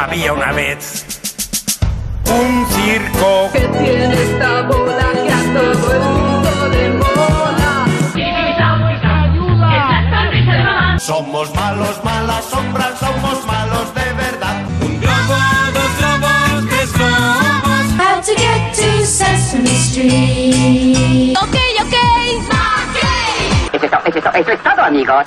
Había una vez un circo que tiene esta bola que a todo el mundo le mola. ¡Ayuda! Somos malos, malas sombras, somos malos de verdad. Un globo, dos globos, tres globos. How to get to Sesame Street. Ok. Eso es todo, amigos.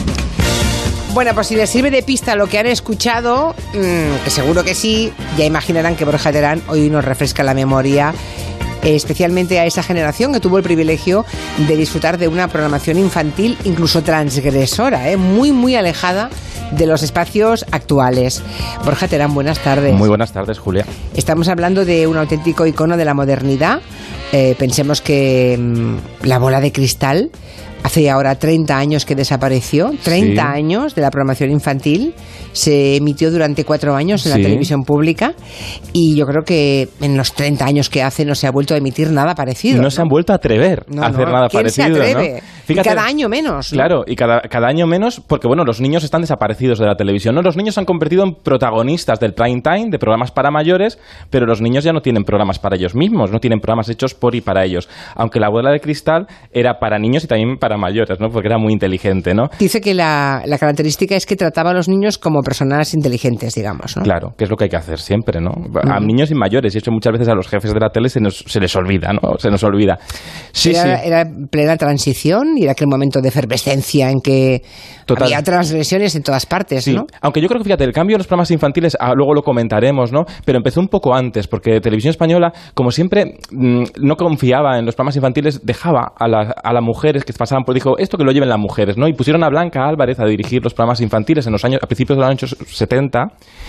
Bueno, pues si les sirve de pista lo que han escuchado, que seguro que sí, ya imaginarán que Borja Terán hoy nos refresca la memoria, especialmente a esa generación que tuvo el privilegio de disfrutar de una programación infantil incluso transgresora, muy, muy alejada de los espacios actuales. Borja Terán, buenas tardes. Muy buenas tardes, Julia. Estamos hablando de un auténtico icono de la modernidad. Pensemos que la bola de cristal hace ahora 30 años que desapareció, 30 sí. años de la programación infantil, se emitió durante 4 años en la televisión pública y yo creo que en los 30 años que hace no se ha vuelto a emitir nada parecido. No se han vuelto a atrever a hacer nada ¿Quién parecido. se atreve? ¿No? Fíjate, y cada año menos. ¿no? Claro, y cada año menos porque, bueno, los niños están desaparecidos de la televisión, ¿no? Los niños se han convertido en protagonistas del prime time, de programas para mayores, pero los niños ya no tienen programas para ellos mismos, no tienen programas hechos por y para ellos. Aunque la bola de cristal era para niños y también para mayores, ¿no? Porque era muy inteligente, ¿no? Dice que la característica es que trataba a los niños como personas inteligentes, digamos, ¿no? Claro, que es lo que hay que hacer siempre, ¿no? A niños y mayores, y eso muchas veces a los jefes de la tele se les olvida, ¿no? Se nos olvida. Sí, Era plena transición y era aquel momento de efervescencia en que había transgresiones en todas partes, sí. ¿no? Aunque yo creo que, fíjate, el cambio en los programas infantiles, luego lo comentaremos, ¿no? Pero empezó un poco antes, porque Televisión Española, como siempre, no confiaba en los programas infantiles, dejaba a las mujeres que pasaban por... Dijo, esto que lo lleven las mujeres, ¿no? Y pusieron a Blanca Álvarez a dirigir los programas infantiles a principios de los años 70,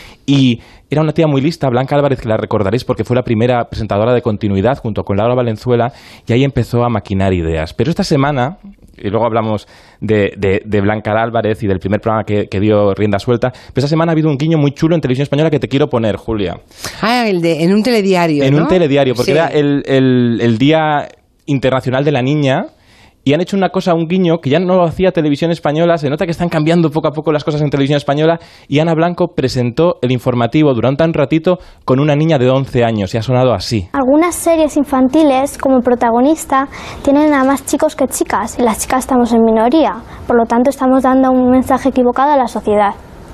y era una tía muy lista, Blanca Álvarez, que la recordaréis porque fue la primera presentadora de continuidad junto con Laura Valenzuela, y ahí empezó a maquinar ideas. Pero esta semana, y luego hablamos de Blanca Álvarez y del primer programa que dio rienda suelta, pero esta semana ha habido un guiño muy chulo en Televisión Española que te quiero poner, Julia. En un telediario, En ¿no? un telediario, porque sí. era el Día Internacional de la Niña. Y han hecho una cosa, un guiño, que ya no lo hacía Televisión Española. Se nota que están cambiando poco a poco las cosas en Televisión Española. Y Ana Blanco presentó el informativo durante un ratito con una niña de 11 años. Y ha sonado así. Algunas series infantiles, como protagonista, tienen a más chicos que chicas. Y las chicas estamos en minoría. Por lo tanto, estamos dando un mensaje equivocado a la sociedad.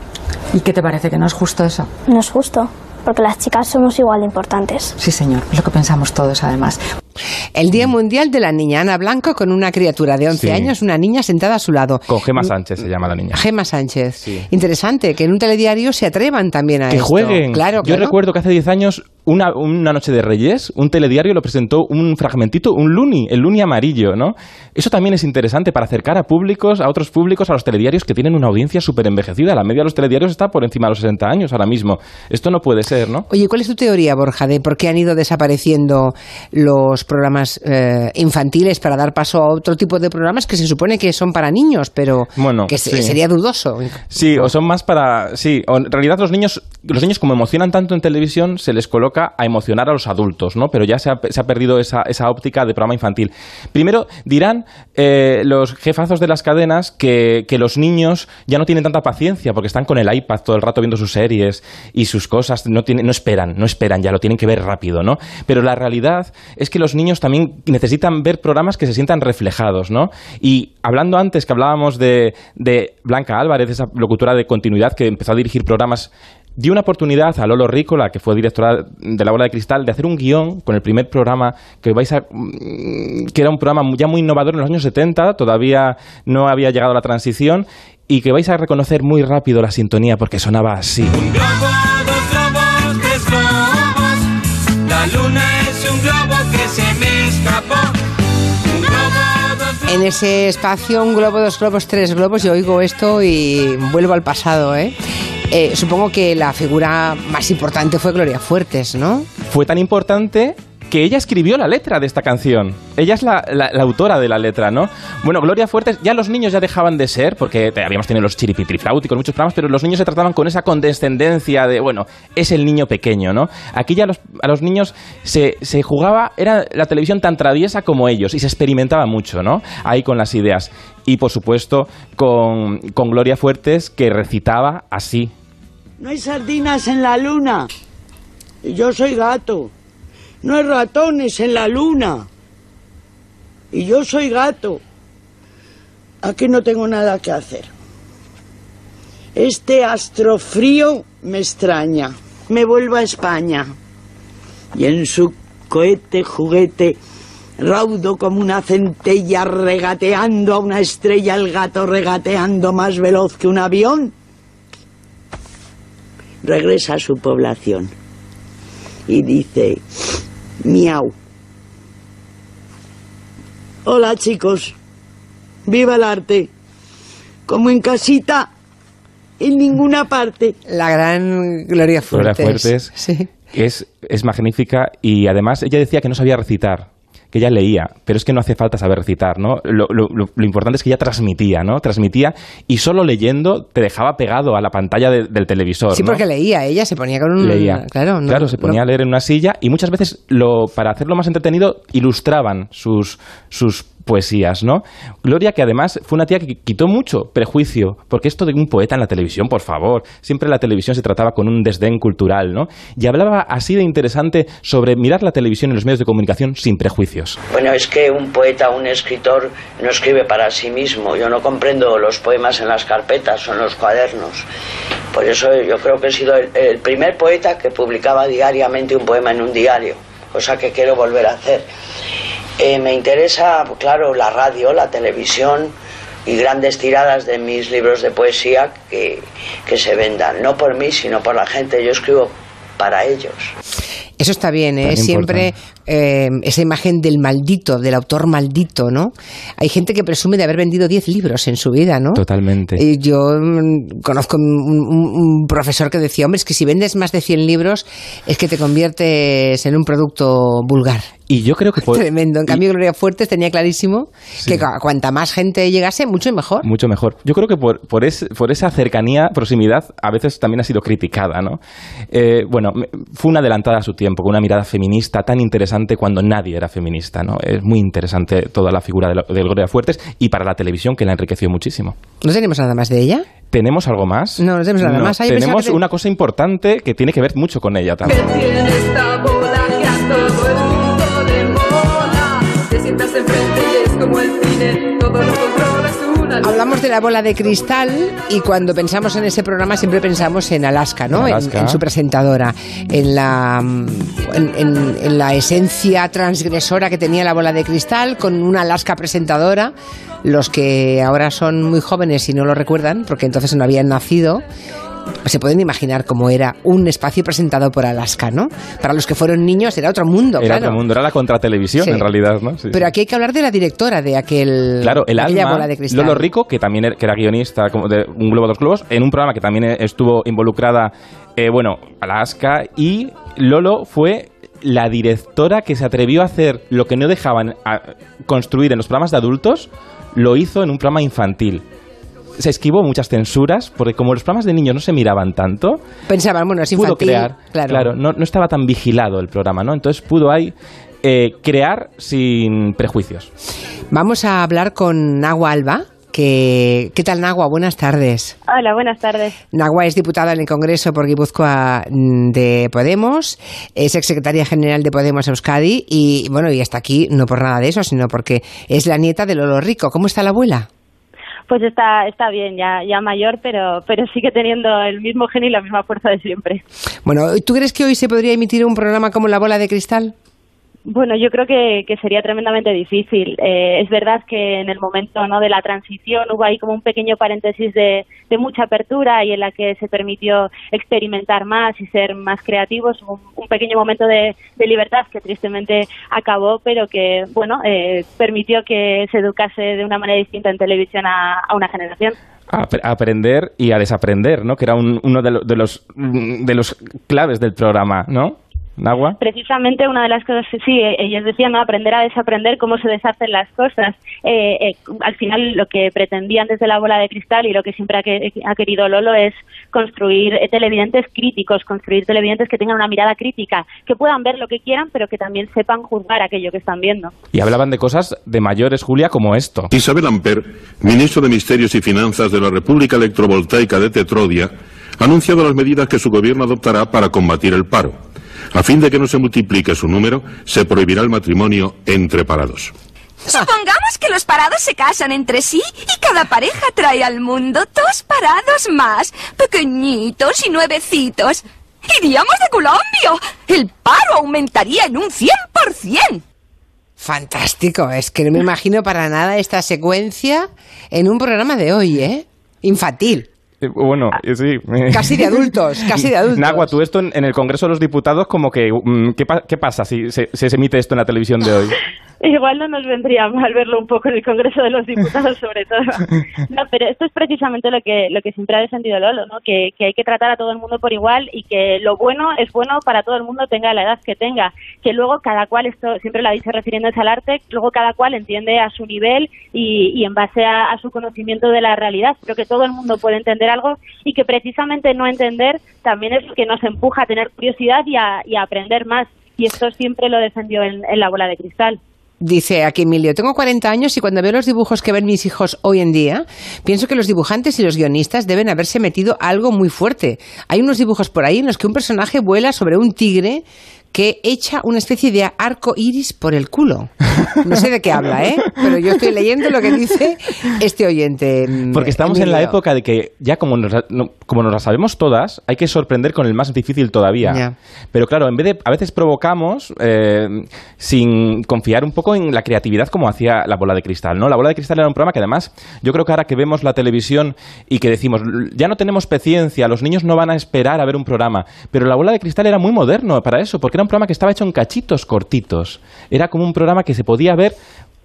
¿Y qué te parece? ¿Que no es justo eso? No es justo, porque las chicas somos igual de importantes. Sí, señor. Es lo que pensamos todos, además. El Día Mundial de la Niña. Ana Blanco con una criatura de 11 años, una niña sentada a su lado. Con Gemma Sánchez se llama la niña. Gemma Sánchez. Sí. Interesante, que en un telediario se atrevan también a que esto. Jueguen. Claro. Yo recuerdo que hace 10 años, una noche de Reyes, un telediario lo presentó un fragmentito, un Looney, el Looney amarillo, ¿no? Eso también es interesante para acercar a públicos, a otros públicos, a los telediarios que tienen una audiencia súper envejecida. La media de los telediarios está por encima de los 60 años ahora mismo. Esto no puede ser, ¿no? Oye, ¿cuál es tu teoría, Borja, de por qué han ido desapareciendo los programas infantiles para dar paso a otro tipo de programas que se supone que son para niños, pero que sería dudoso? Sí, o son más para... Sí, o en realidad los niños como emocionan tanto en televisión, se les coloca a emocionar a los adultos, ¿no? Pero ya se ha perdido esa óptica de programa infantil. Primero dirán los jefazos de las cadenas que los niños ya no tienen tanta paciencia porque están con el iPad todo el rato viendo sus series y sus cosas, no esperan, ya lo tienen que ver rápido, ¿no? Pero la realidad es que los niños también necesitan ver programas que se sientan reflejados, ¿no? Y hablando antes que hablábamos de Blanca Álvarez, esa locutora de continuidad que empezó a dirigir programas, dio una oportunidad a Lolo Rícola, que fue directora de La Bola de Cristal, de hacer un guión con el primer programa que era un programa ya muy innovador en los años 70, todavía no había llegado la transición, y que vais a reconocer muy rápido la sintonía porque sonaba así. Un globo, dos globos, tres globos. La luna es un globo que se me escapó. Un globo, dos globos. En ese espacio, un globo, dos globos, tres globos, yo oigo esto y vuelvo al pasado, ¿eh? Supongo que la figura más importante fue Gloria Fuertes, ¿no? Fue tan importante que ella escribió la letra de esta canción. Ella es la autora de la letra, ¿no? Bueno, Gloria Fuertes, ya los niños ya dejaban de ser, porque habíamos tenido los chiripitrifláuticos, muchos programas, pero los niños se trataban con esa condescendencia de, bueno, es el niño pequeño, ¿no? Aquí ya a los niños se jugaba, era la televisión tan traviesa como ellos, y se experimentaba mucho, ¿no? Ahí con las ideas. Y, por supuesto, con Gloria Fuertes, que recitaba así. No hay sardinas en la luna. Y yo soy gato. No hay ratones en la luna. Y yo soy gato. Aquí no tengo nada que hacer. Este astrofrío me extraña. Me vuelvo a España. Y en su cohete juguete, raudo como una centella, regateando a una estrella, el gato regateando más veloz que un avión, regresa a su población y dice: miau. Hola, chicos, viva el arte, como en casita, en ninguna parte. La gran Gloria Fuertes. Gloria Fuertes, sí. Es magnífica, y además ella decía que no sabía recitar, que ella leía, pero es que no hace falta saber recitar, ¿no? Lo importante es que ella transmitía, ¿no? Transmitía, y solo leyendo te dejaba pegado a la pantalla del televisor, Sí, ¿no? porque leía, ella se ponía con un... Leía. Claro, se ponía a leer en una silla, y muchas veces, para hacerlo más entretenido, ilustraban sus poesías, ¿no? Gloria, que además fue una tía que quitó mucho prejuicio, porque esto de un poeta en la televisión, por favor, siempre la televisión se trataba con un desdén cultural, ¿no? Y hablaba así de interesante sobre mirar la televisión y los medios de comunicación sin prejuicios. Bueno, es que un poeta, un escritor, no escribe para sí mismo. Yo no comprendo los poemas en las carpetas o en los cuadernos. Por eso yo creo que he sido el primer poeta que publicaba diariamente un poema en un diario, cosa que quiero volver a hacer. Me interesa, claro, la radio, la televisión y grandes tiradas de mis libros de poesía que se vendan, no por mí, sino por la gente. Yo escribo para ellos. Eso está bien, ¿eh? Siempre esa imagen del maldito, del autor maldito, ¿no? Hay gente que presume de haber vendido 10 libros en su vida, ¿no? Totalmente. Y yo conozco un profesor que decía, hombre, es que si vendes más de 100 libros es que te conviertes en un producto vulgar. Y yo creo que... Tremendo. En cambio, Gloria Fuertes tenía clarísimo que cuanta más gente llegase, mucho mejor. Mucho mejor. Yo creo que por esa cercanía, proximidad, a veces también ha sido criticada, ¿no? Bueno, fue una adelantada a su tiempo, con una mirada feminista tan interesante cuando nadie era feminista, ¿no? Es muy interesante toda la figura de Gloria Fuertes, y para la televisión, que la enriqueció muchísimo. ¿No tenemos nada más de ella? ¿Tenemos algo más? No tenemos nada más. Tenemos una cosa importante que tiene que ver mucho con ella también. Que tiene esta bola que a todo el mundo le mola. Te sientas enfrente y es como el cine, todo lo controlas una luz. Hablamos de la bola de cristal, y cuando pensamos en ese programa siempre pensamos en Alaska, ¿no? En su presentadora, en la esencia transgresora que tenía la bola de cristal, con una Alaska presentadora. Los que ahora son muy jóvenes y no lo recuerdan, porque entonces no habían nacido, se pueden imaginar cómo era un espacio presentado por Alaska, ¿no? Para los que fueron niños era otro mundo, Era claro. otro mundo, era la contratelevisión, Sí. en realidad, ¿no? Sí, Pero sí. aquí hay que hablar de la directora de aquella bola de cristal. Lolo Rico, que también que era guionista como de Un Globo, Dos Globos, en un programa que también estuvo involucrada, Alaska, y Lolo fue la directora que se atrevió a hacer lo que no dejaban construir en los programas de adultos, lo hizo en un programa infantil. Se esquivó muchas censuras, porque como los programas de niños no se miraban tanto, pensaban, bueno, es infantil, pudo crear, claro. no estaba tan vigilado el programa, ¿no? Entonces pudo ahí crear sin prejuicios. Vamos a hablar con Nagua Alba. ¿Qué tal, Nagua? Buenas tardes. Hola, buenas tardes. Nagua es diputada en el Congreso por Guipúzcoa de Podemos, es exsecretaria general de Podemos Euskadi y, bueno, y está aquí no por nada de eso, sino porque es la nieta de Lolo Rico. ¿Cómo está la abuela? Pues está bien, ya mayor, pero sigue teniendo el mismo genio y la misma fuerza de siempre. Bueno, ¿tú crees que hoy se podría emitir un programa como La Bola de Cristal? Bueno, yo creo que sería tremendamente difícil. Es verdad que en el momento, ¿no?, de la transición hubo ahí como un pequeño paréntesis de mucha apertura y en la que se permitió experimentar más y ser más creativos. Hubo un pequeño momento de libertad que tristemente acabó, pero que, bueno, permitió que se educase de una manera distinta en televisión a una generación. A aprender y a desaprender, ¿no? Que era uno de los claves del programa, ¿no? ¿Nagua? Precisamente una de las cosas, sí, ellos decían, ¿no?, aprender a desaprender cómo se deshacen las cosas. Al final lo que pretendían desde La Bola de Cristal y lo que siempre ha querido Lolo es construir televidentes críticos, construir televidentes que tengan una mirada crítica, que puedan ver lo que quieran, pero que también sepan juzgar aquello que están viendo. Y hablaban de cosas de mayores, Julia, como esto. Isabel Amper, ministro de Misterios y Finanzas de la República Electrovoltaica de Tetrodia, ha anunciado las medidas que su gobierno adoptará para combatir el paro. A fin de que no se multiplique su número, se prohibirá el matrimonio entre parados. Supongamos que los parados se casan entre sí y cada pareja trae al mundo 2 parados más, pequeñitos y nuevecitos. ¡Iríamos de culombio! ¡El paro aumentaría en un 100%! Fantástico, es que no me imagino para nada esta secuencia en un programa de hoy, ¿eh? Infantil. Bueno, sí. Casi de adultos, casi de adultos. Nagua, tú esto en el Congreso de los Diputados, como que, ¿qué pasa si se emite esto en la televisión de hoy? Igual no nos vendría mal verlo un poco en el Congreso de los Diputados, sobre todo. No, pero esto es precisamente lo que siempre ha defendido Lolo, ¿no? Que hay que tratar a todo el mundo por igual y que lo bueno es bueno para todo el mundo, tenga la edad que tenga. Que luego cada cual, esto siempre lo ha dicho refiriéndose al arte, luego cada cual entiende a su nivel y en base a su conocimiento de la realidad. Creo que todo el mundo puede entender algo y que precisamente no entender también es lo que nos empuja a tener curiosidad y a aprender más. Y esto siempre lo defendió en La Bola de Cristal. Dice aquí Emilio, tengo 40 años y cuando veo los dibujos que ven mis hijos hoy en día, pienso que los dibujantes y los guionistas deben haberse metido algo muy fuerte. Hay unos dibujos por ahí en los que un personaje vuela sobre un tigre que echa una especie de arco iris por el culo. No sé de qué habla, ¿eh? Pero yo estoy leyendo lo que dice este oyente. Porque estamos en la época de que ya como nos la sabemos todas, hay que sorprender con el más difícil todavía. Ya. Pero claro, en vez de, a veces provocamos sin confiar un poco en la creatividad como hacía La Bola de Cristal, ¿no? La Bola de Cristal era un programa que además, yo creo que ahora que vemos la televisión y que decimos, ya no tenemos paciencia, los niños no van a esperar a ver un programa, pero La Bola de Cristal era muy moderno para eso, porque era un programa que estaba hecho en cachitos cortitos. Era como un programa que se podía ver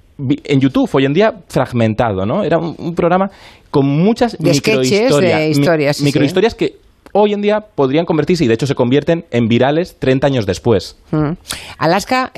en YouTube, hoy en día fragmentado, ¿no? Era un programa con muchas microhistorias. Microhistorias que hoy en día podrían convertirse, y de hecho se convierten en virales 30 años después. Alaska,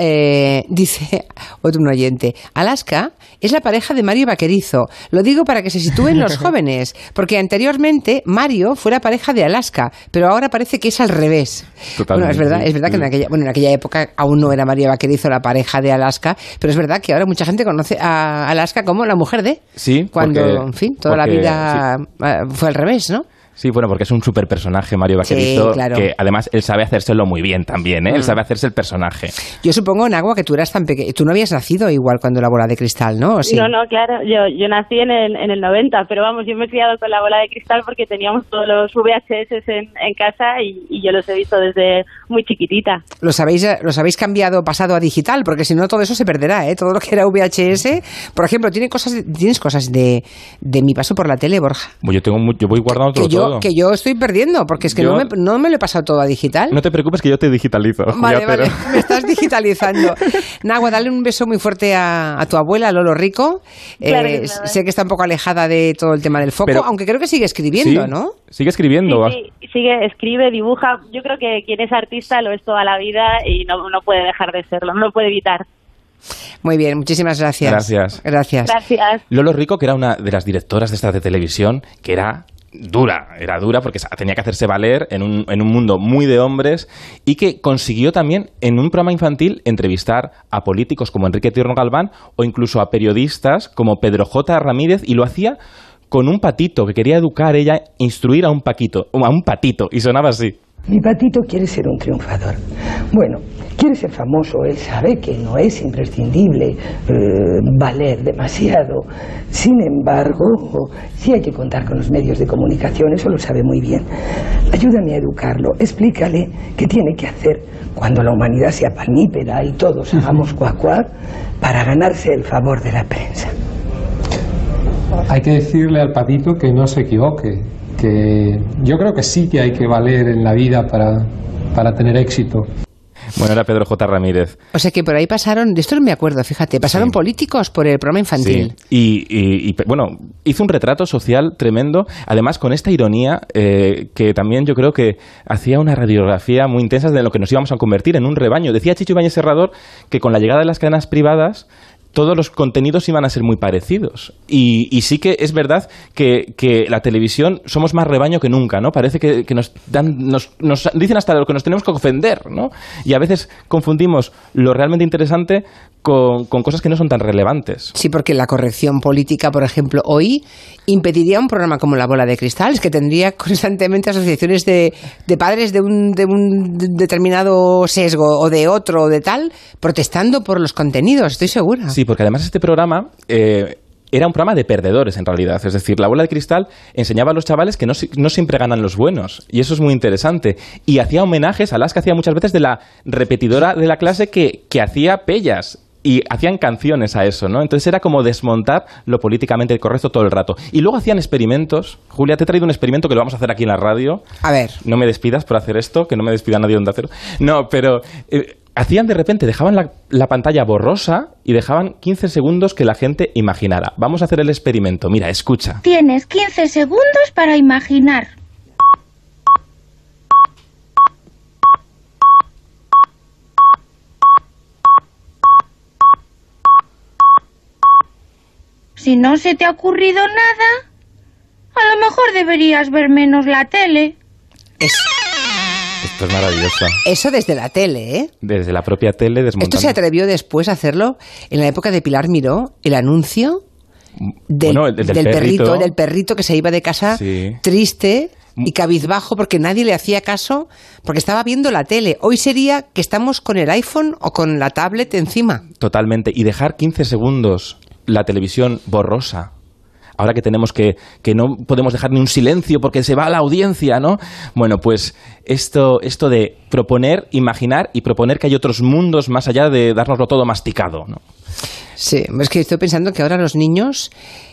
dice otro oyente, Alaska es la pareja de Mario Vaquerizo. Lo digo para que se sitúen los jóvenes, porque anteriormente Mario fue la pareja de Alaska, pero ahora parece que es al revés. Totalmente, bueno, es verdad que en aquella época aún no era Mario Vaquerizo la pareja de Alaska, pero es verdad que ahora mucha gente conoce a Alaska como la mujer de... Sí, cuando, en fin, toda la vida fue al revés, ¿no? Sí, bueno, porque es un súper personaje, Mario Vaquerizo, sí, claro. Que además él sabe hacérselo muy bien también, ¿eh? Él sabe hacerse el personaje. Yo supongo, Nagua, que tú eras tan pequeño, tú no habías nacido igual cuando La Bola de Cristal, ¿no? ¿O sí? No, claro, yo nací en el 90, pero vamos, yo me he criado con La Bola de Cristal porque teníamos todos los VHS en casa y yo los he visto desde muy chiquitita. ¿Los habéis cambiado, pasado a digital? Porque si no todo eso se perderá, ¿eh? Todo lo que era VHS, por ejemplo, ¿tienes cosas de mi paso por la tele, Borja? Yo voy guardando todo. Que yo estoy perdiendo, porque es que no me lo he pasado todo a digital. No te preocupes que yo te digitalizo. Vale, me estás digitalizando. Nagua, dale un beso muy fuerte a tu abuela, Lolo Rico. Claro sé que está un poco alejada de todo el tema del foco, pero, aunque creo que sigue escribiendo, ¿no? Sigue escribiendo. Sí, escribe, dibuja. Yo creo que quien es artista lo es toda la vida y no puede dejar de serlo, no lo puede evitar. Muy bien, muchísimas gracias. Gracias. Lolo Rico, que era una de las directoras de esta de televisión, que era dura porque tenía que hacerse valer en un mundo muy de hombres y que consiguió también en un programa infantil entrevistar a políticos como Enrique Tierno Galván o incluso a periodistas como Pedro J. Ramírez, y lo hacía con un patito, que quería educar ella, instruir a un patito, y sonaba así. Mi patito quiere ser un triunfador. Bueno, quiere ser famoso, él sabe que no es imprescindible valer demasiado. Sin embargo, sí hay que contar con los medios de comunicación, eso lo sabe muy bien. Ayúdame a educarlo, explícale qué tiene que hacer cuando la humanidad sea palmípera y todos hagamos cuac para ganarse el favor de la prensa. Hay que decirle al patito que no se equivoque, que yo creo que sí que hay que valer en la vida para tener éxito. Bueno, era Pedro J. Ramírez. O sea que por ahí pasaron, de esto no me acuerdo, fíjate, pasaron políticos por el programa infantil. Sí, y bueno, hizo un retrato social tremendo, además con esta ironía que también yo creo que hacía una radiografía muy intensa de lo que nos íbamos a convertir en un rebaño. Decía Chicho Ibáñez Serrador que con la llegada de las cadenas privadas todos los contenidos iban a ser muy parecidos. Y sí que es verdad que la televisión somos más rebaño que nunca, ¿no? Parece que nos dicen hasta lo que nos tenemos que ofender, ¿no? Y a veces confundimos lo realmente interesante con cosas que no son tan relevantes. Sí, porque la corrección política, por ejemplo, hoy impediría un programa como La Bola de Cristal, que tendría constantemente asociaciones de padres de un determinado sesgo o de otro o de tal, protestando por los contenidos, estoy segura. Sí, porque además este programa era un programa de perdedores en realidad. Es decir, La Bola de Cristal enseñaba a los chavales que no siempre ganan los buenos. Y eso es muy interesante. Y hacía homenajes a las que hacía muchas veces de la repetidora de la clase que hacía pellas. Y hacían canciones a eso, ¿no? Entonces era como desmontar lo políticamente correcto todo el rato. Y luego hacían experimentos. Julia, te he traído un experimento que lo vamos a hacer aquí en la radio. A ver. No me despidas por hacer esto, que no me despida nadie de Onda Cero. No, pero hacían de repente, dejaban la pantalla borrosa y dejaban 15 segundos que la gente imaginara. Vamos a hacer el experimento. Mira, escucha. Tienes 15 segundos para imaginar. Si no se te ha ocurrido nada, a lo mejor deberías ver menos la tele. Esto es maravilloso. Eso desde la tele, ¿eh? Desde la propia tele desmontando. Esto se atrevió después a hacerlo en la época de Pilar Miró, el anuncio del perrito que se iba de casa triste y cabizbajo porque nadie le hacía caso porque estaba viendo la tele. Hoy sería que estamos con el iPhone o con la tablet encima. Totalmente. Y dejar 15 segundos la televisión borrosa. Ahora que tenemos que no podemos dejar ni un silencio porque se va a la audiencia, ¿no? Bueno, pues esto de proponer, imaginar y proponer que hay otros mundos más allá de dárnoslo todo masticado, ¿no? Sí, es que estoy pensando que ahora los niños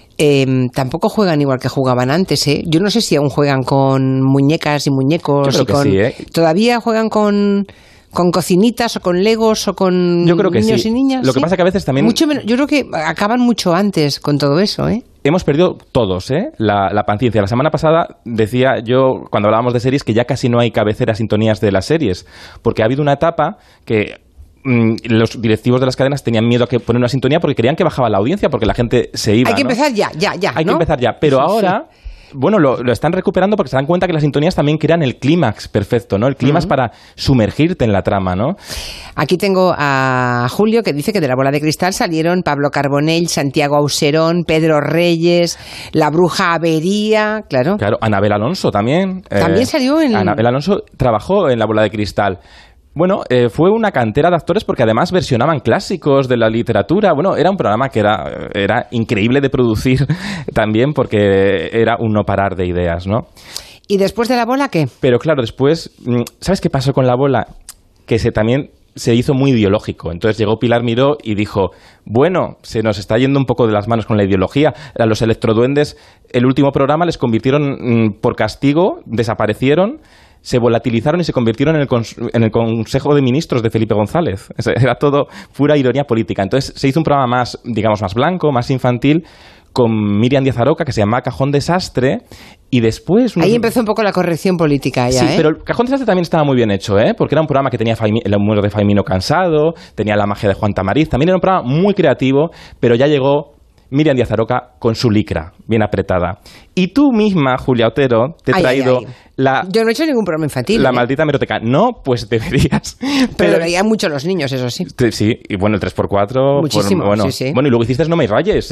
tampoco juegan igual que jugaban antes, ¿eh? Yo no sé si aún juegan con muñecas y muñecos. Yo creo que sí, ¿eh? ¿Todavía juegan con cocinitas o con legos o con niños y niñas? Lo que pasa que a veces también... Yo creo que acaban mucho antes con todo eso, ¿eh? Hemos perdido todos, la paciencia. La semana pasada decía yo, cuando hablábamos de series, que ya casi no hay cabeceras sintonías de las series, porque ha habido una etapa que los directivos de las cadenas tenían miedo a que poner una sintonía porque creían que bajaba la audiencia, porque la gente se iba. Hay que empezar ya. Hay que empezar ya, pero ahora... Bueno, lo están recuperando porque se dan cuenta que las sintonías también crean el clímax perfecto, ¿no? El clímax para sumergirte en la trama, ¿no? Aquí tengo a Julio que dice que de La Bola de Cristal salieron Pablo Carbonell, Santiago Auserón, Pedro Reyes, la bruja Avería, claro. Claro, Anabel Alonso también. También salió en... Anabel Alonso trabajó en La Bola de Cristal. Bueno, fue una cantera de actores porque además versionaban clásicos de la literatura. Bueno, era un programa que era increíble de producir también porque era un no parar de ideas, ¿no? ¿Y después de La Bola qué? Pero claro, después, ¿sabes qué pasó con La Bola? Que también se hizo muy ideológico. Entonces llegó Pilar Miró y dijo, bueno, se nos está yendo un poco de las manos con la ideología. A los electroduendes, el último programa les convirtieron por castigo, desaparecieron, se volatilizaron y se convirtieron en el Consejo de Ministros de Felipe González. Era todo pura ironía política. Entonces se hizo un programa más, digamos, más blanco, más infantil, con Miriam Díaz Aroca, que se llamaba Cajón Desastre, y después... Ahí empezó un poco la corrección política ya, Sí, pero el Cajón Desastre también estaba muy bien hecho, porque era un programa que tenía el humor de Faimino Cansado, tenía la magia de Juan Tamariz, también era un programa muy creativo, pero ya llegó Miriam Díaz Aroca con su licra, bien apretada. Y tú misma, Julia Otero, te he traído Yo no he hecho ningún programa infantil. La maldita hemeroteca. No, pues deberías. Pero lo veían mucho los niños, eso sí. Sí, y bueno, el 3x4... Muchísimo, sí. Bueno, y luego hiciste No me rayes,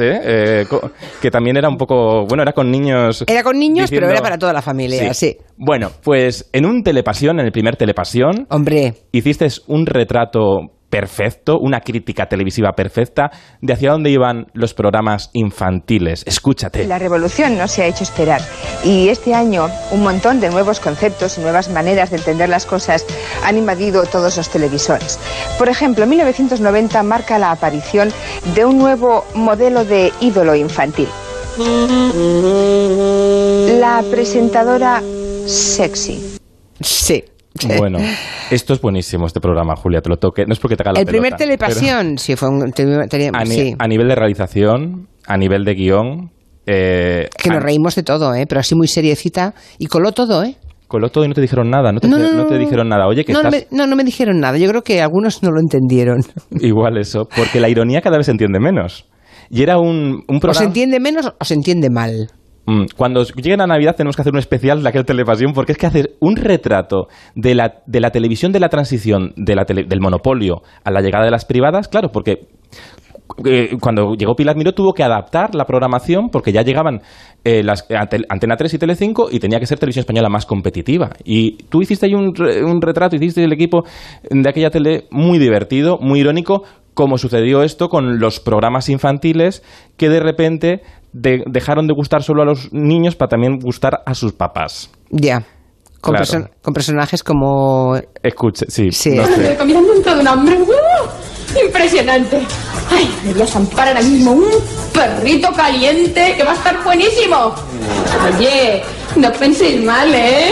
que también era un poco... Bueno, era con niños... Era con niños, pero era para toda la familia, sí. Bueno, pues en un Telepasión, en el primer Telepasión... Hombre. Hiciste un retrato perfecto, una crítica televisiva perfecta de hacia dónde iban los programas infantiles. Escúchate. La revolución no se ha hecho esperar y este año un montón de nuevos conceptos y nuevas maneras de entender las cosas han invadido todos los televisores. Por ejemplo, 1990 marca la aparición de un nuevo modelo de ídolo infantil. La presentadora sexy. Sí. Bueno, esto es buenísimo, este programa, Julia, te lo toque. No es porque te haga la pelota. El primer Telepasión, sí, fue un... A nivel de realización, a nivel de guión... que nos reímos de todo, pero así muy seriecita. Y coló todo, Coló todo y no te dijeron nada, no te dijeron nada. Oye, que no me dijeron nada. Yo creo que algunos no lo entendieron. Igual eso, porque la ironía cada vez se entiende menos. Y era un programa... O se entiende menos o se entiende mal. Cuando llegue la Navidad tenemos que hacer un especial de aquel Telepasión, porque es que hacer un retrato de la televisión de la transición, del monopolio a la llegada de las privadas, claro, porque... cuando llegó Pilar Miró tuvo que adaptar la programación porque ya llegaban Antena 3 y Telecinco y tenía que ser Televisión Española más competitiva. Y tú hiciste ahí un retrato, hiciste el equipo de aquella tele muy divertido, muy irónico, como sucedió esto con los programas infantiles que de repente dejaron de gustar solo a los niños para también gustar a sus papás. Ya. Con personajes como... Escuche, sí. Sí. No sé. Comiendo un todo un hambre. Impresionante. Ay, me voy a zampar ahora mismo un perrito caliente que va a estar buenísimo. Oye, no penséis mal, ¿eh?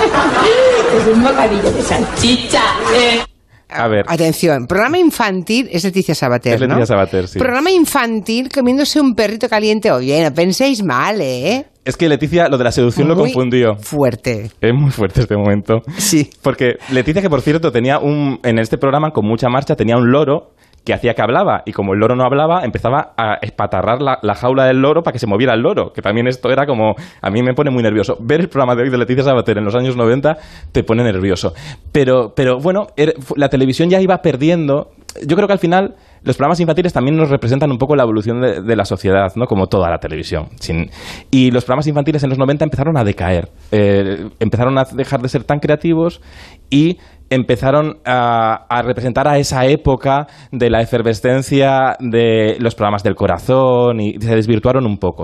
Es un bocadillo de salchicha, A ver. Atención, programa infantil es Leticia Sabater, Es Leticia Sabater, sí. Programa infantil comiéndose un perrito caliente. Oye, no penséis mal, ¿eh? Es que Leticia lo de la seducción lo confundió. Fuerte. Es muy fuerte este momento. Sí. Porque Leticia, que por cierto tenía en este programa con mucha marcha, tenía un loro que hacía que hablaba, y como el loro no hablaba, empezaba a espatarrar la jaula del loro para que se moviera el loro, que también esto era como... A mí me pone muy nervioso. Ver el programa de hoy de Leticia Sabater en los años 90 te pone nervioso. Pero bueno, la televisión ya iba perdiendo... Yo creo que al final los programas infantiles también nos representan un poco la evolución de la sociedad, ¿no? Como toda la televisión. Y los programas infantiles en los 90 empezaron a decaer. Empezaron a dejar de ser tan creativos y empezaron a representar a esa época de la efervescencia de los programas del corazón y se desvirtuaron un poco.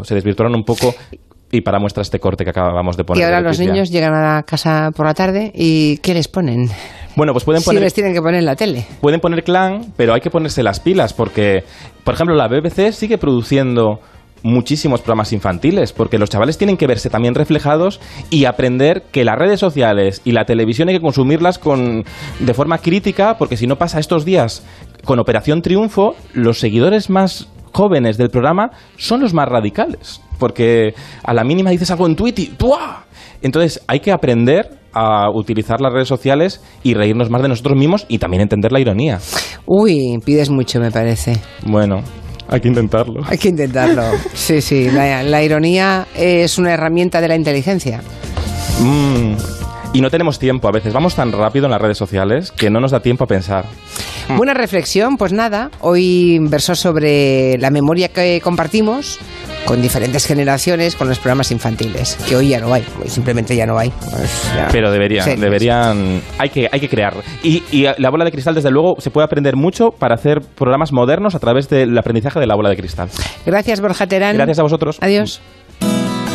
Y para muestra este corte que acabamos de poner. Y ahora los niños llegan a la casa por la tarde y ¿qué les ponen? Bueno, pues pueden poner... Sí, les tienen que poner en la tele. Pueden poner Clan, pero hay que ponerse las pilas porque, por ejemplo, la BBC sigue produciendo muchísimos programas infantiles porque los chavales tienen que verse también reflejados y aprender que las redes sociales y la televisión hay que consumirlas de forma crítica, porque si no pasa estos días con Operación Triunfo, los seguidores más jóvenes del programa son los más radicales, porque a la mínima dices algo en Twitter y ¡buah! Entonces hay que aprender a utilizar las redes sociales y reírnos más de nosotros mismos y también entender la ironía. Uy, pides mucho, me parece. Bueno, hay que intentarlo. Hay que intentarlo. Sí, la ironía es una herramienta de la inteligencia. Y no tenemos tiempo a veces. Vamos tan rápido en las redes sociales que no nos da tiempo a pensar. Buena reflexión, pues nada. Hoy versó sobre la memoria que compartimos con diferentes generaciones con los programas infantiles, que hoy ya no hay, hoy simplemente ya no hay. Pues ya. Pero deberían, hay que crear. Y la bola de cristal, desde luego, se puede aprender mucho para hacer programas modernos a través del aprendizaje de la bola de cristal. Gracias, Borja Terán. Gracias a vosotros. Adiós.